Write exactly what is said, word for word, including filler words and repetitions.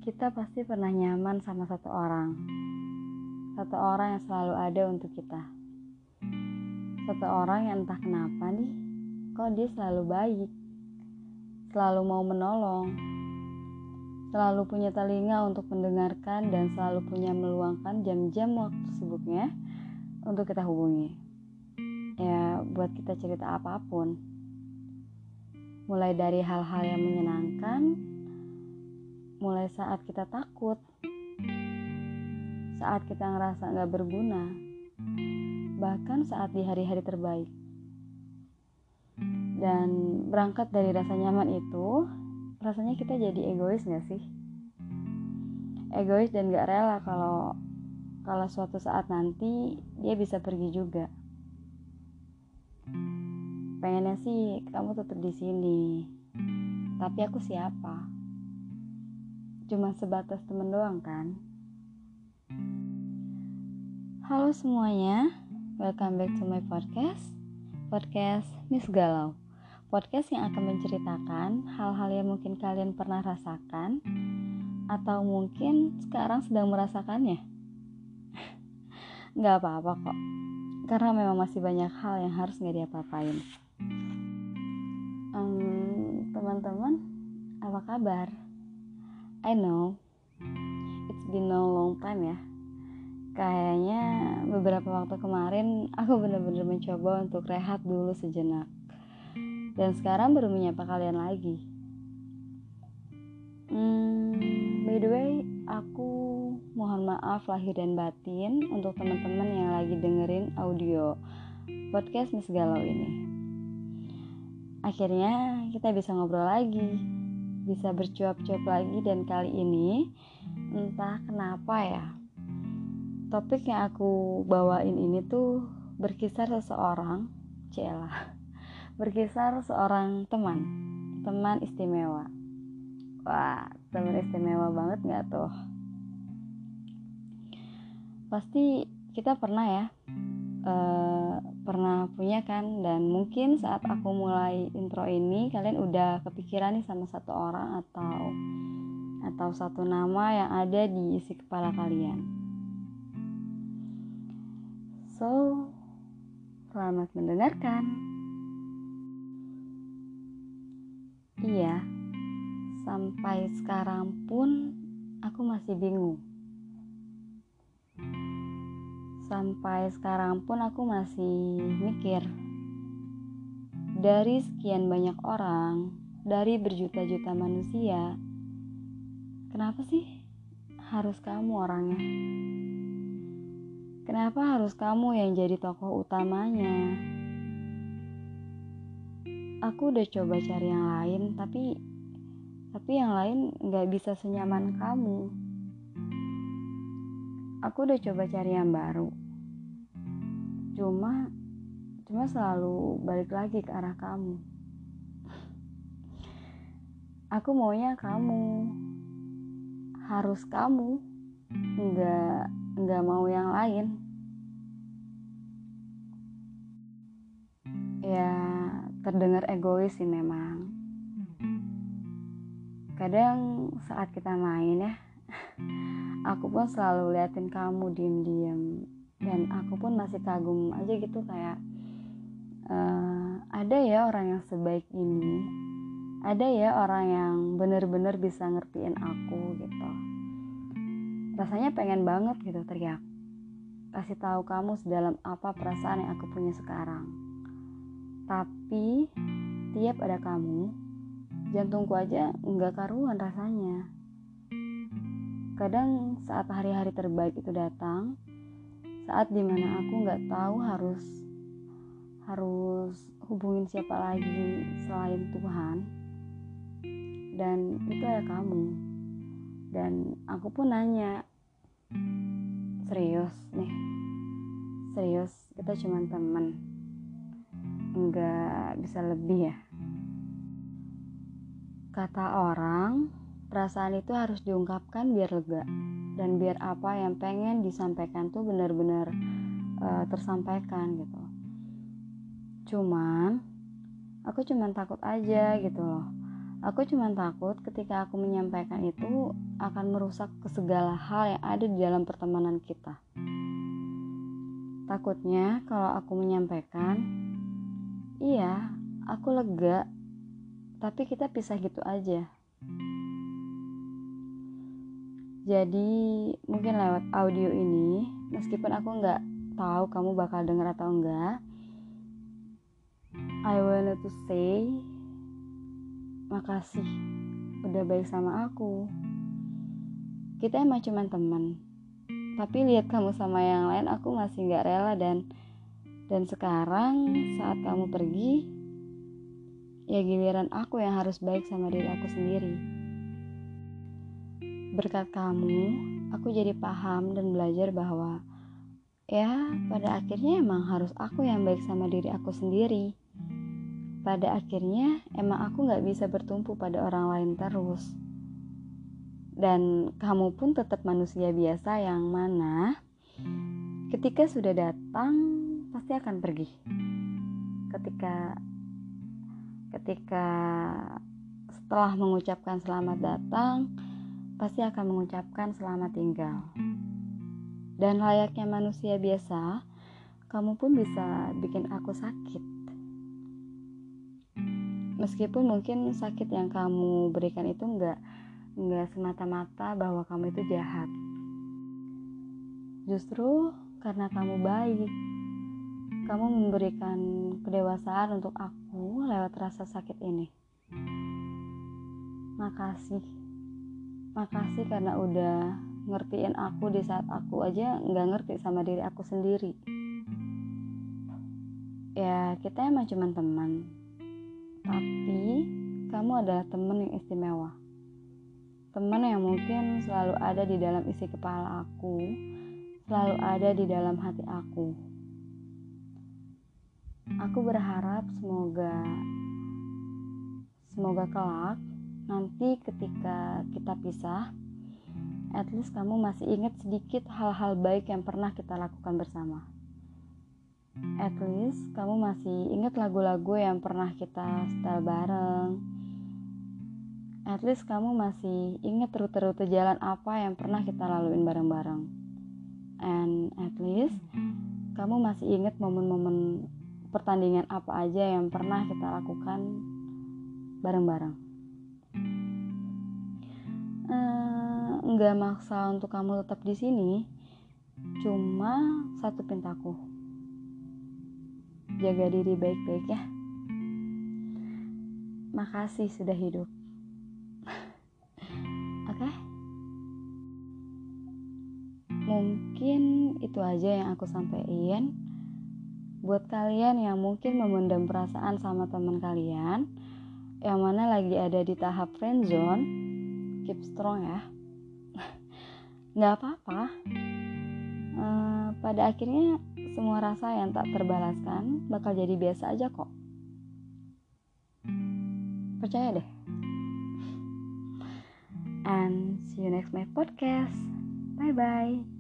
Kita pasti pernah nyaman sama satu orang. Satu orang yang selalu ada untuk kita. Satu orang yang entah kenapa nih, kok dia selalu baik. Selalu mau menolong. Selalu punya telinga untuk mendengarkan dan selalu punya meluangkan jam-jam waktu sibuknya untuk kita hubungi. Ya, buat kita cerita apapun. Mulai dari hal-hal yang menyenangkan, mulai saat kita takut, saat kita ngerasa gak berguna, bahkan saat di hari-hari terbaik. Dan berangkat dari rasa nyaman itu, rasanya kita jadi egois gak sih? Egois dan gak rela kalau kalau suatu saat nanti dia bisa pergi juga. Pengennya sih kamu tetap di sini, tapi aku siapa? Cuma sebatas temen doang kan? Halo semuanya, welcome back to my podcast Podcast Miss Galau. Podcast yang akan menceritakan hal-hal yang mungkin kalian pernah rasakan atau mungkin sekarang sedang merasakannya. Gak apa-apa kok, karena memang masih banyak hal yang harus gak diapa-apain. um, Teman-teman, apa kabar? I know it's been a long time ya. Kayaknya beberapa waktu kemarin aku benar-benar mencoba untuk rehat dulu sejenak. Dan sekarang baru menyapa kalian lagi. Hmm, by the way, aku mohon maaf lahir dan batin untuk teman-teman yang lagi dengerin audio podcast Miss Galau ini. Akhirnya kita bisa ngobrol lagi, bisa bercuap-cuap lagi, dan kali ini entah kenapa ya, topik yang aku bawain ini tuh berkisar seseorang, Cela, berkisar seorang teman, teman istimewa. Wah, teman istimewa banget gak tuh? Pasti kita pernah ya, uh, pernah punya kan, dan mungkin saat aku mulai intro ini kalian udah kepikiran nih sama satu orang atau atau satu nama yang ada di isi kepala kalian. So, selamat mendengarkan. Iya, sampai sekarang pun aku masih bingung. Sampai sekarang pun aku masih mikir. Dari sekian banyak orang, dari berjuta-juta manusia, kenapa sih harus kamu orangnya? Kenapa harus kamu yang jadi tokoh utamanya? Aku udah coba cari yang lain, tapi tapi yang lain gak bisa senyaman kamu. Aku udah coba cari yang baru, Cuma Cuma selalu balik lagi ke arah kamu. Aku maunya kamu, harus kamu, Nggak Nggak mau yang lain. Ya, terdengar egois sih memang. Kadang saat kita main ya, aku pun selalu liatin kamu diem-diem, dan aku pun masih kagum aja gitu, kayak uh, ada ya orang yang sebaik ini, ada ya orang yang bener-bener bisa ngertiin aku gitu. Rasanya pengen banget gitu teriak, kasih tahu kamu sedalam apa perasaan yang aku punya sekarang. Tapi tiap ada kamu, jantungku aja nggak karuan rasanya. Kadang saat hari-hari terbaik itu datang, saat dimana aku nggak tahu harus harus hubungin siapa lagi selain Tuhan, dan itu ada kamu. Dan aku pun nanya, serius nih, serius kita cuma teman, nggak bisa lebih ya? Kata orang, perasaan itu harus diungkapkan biar lega, dan biar apa yang pengen disampaikan tuh benar-benar uh, tersampaikan gitu. Cuman, aku cuman takut aja gitu loh. Aku cuma takut ketika aku menyampaikan itu akan merusak segala hal yang ada di dalam pertemanan kita. Takutnya kalau aku menyampaikan, iya, aku lega, tapi kita pisah gitu aja. Jadi mungkin lewat audio ini, meskipun aku gak tahu kamu bakal denger atau enggak, I wanted to say makasih udah baik sama aku. Kita emang cuma teman, tapi lihat kamu sama yang lain aku masih gak rela. Dan dan sekarang saat kamu pergi, ya giliran aku yang harus baik sama diri aku sendiri. Berkat kamu, aku jadi paham dan belajar bahwa ya pada akhirnya emang harus aku yang baik sama diri aku sendiri. Pada akhirnya emang aku gak bisa bertumpu pada orang lain terus. Dan kamu pun tetap manusia biasa yang mana ketika sudah datang pasti akan pergi. Ketika ketika setelah mengucapkan selamat datang, pasti akan mengucapkan selamat tinggal. Dan layaknya manusia biasa, kamu pun bisa bikin aku sakit. Meskipun mungkin sakit yang kamu berikan itu enggak enggak semata-mata bahwa kamu itu jahat. Justru karena kamu baik, kamu memberikan kedewasaan untuk aku lewat rasa sakit ini. Makasih. Makasih karena udah ngertiin aku di saat aku aja enggak ngerti sama diri aku sendiri. Ya, kita emang cuma teman. Tapi kamu adalah teman yang istimewa. Teman yang mungkin selalu ada di dalam isi kepala aku, selalu ada di dalam hati aku. Aku berharap semoga semoga kelak nanti ketika kita pisah, at least kamu masih ingat sedikit hal-hal baik yang pernah kita lakukan bersama. At least kamu masih ingat lagu-lagu yang pernah kita setel bareng. At least kamu masih ingat rute-rute jalan apa yang pernah kita laluin bareng-bareng. And at least kamu masih ingat momen-momen pertandingan apa aja yang pernah kita lakukan bareng-bareng. Uh, Nggak maksa untuk kamu tetap di sini, cuma satu pintaku. Jaga diri baik-baik ya. Makasih sudah hidup. Oke? Okay? Mungkin itu aja yang aku sampaikan. Buat kalian yang mungkin memendam perasaan sama teman kalian, yang mana lagi ada di tahap friendzone, keep strong ya. Gak apa-apa. Uh, pada akhirnya semua rasa yang tak terbalaskan bakal jadi biasa aja kok. Percaya deh. And see you next my podcast. Bye bye.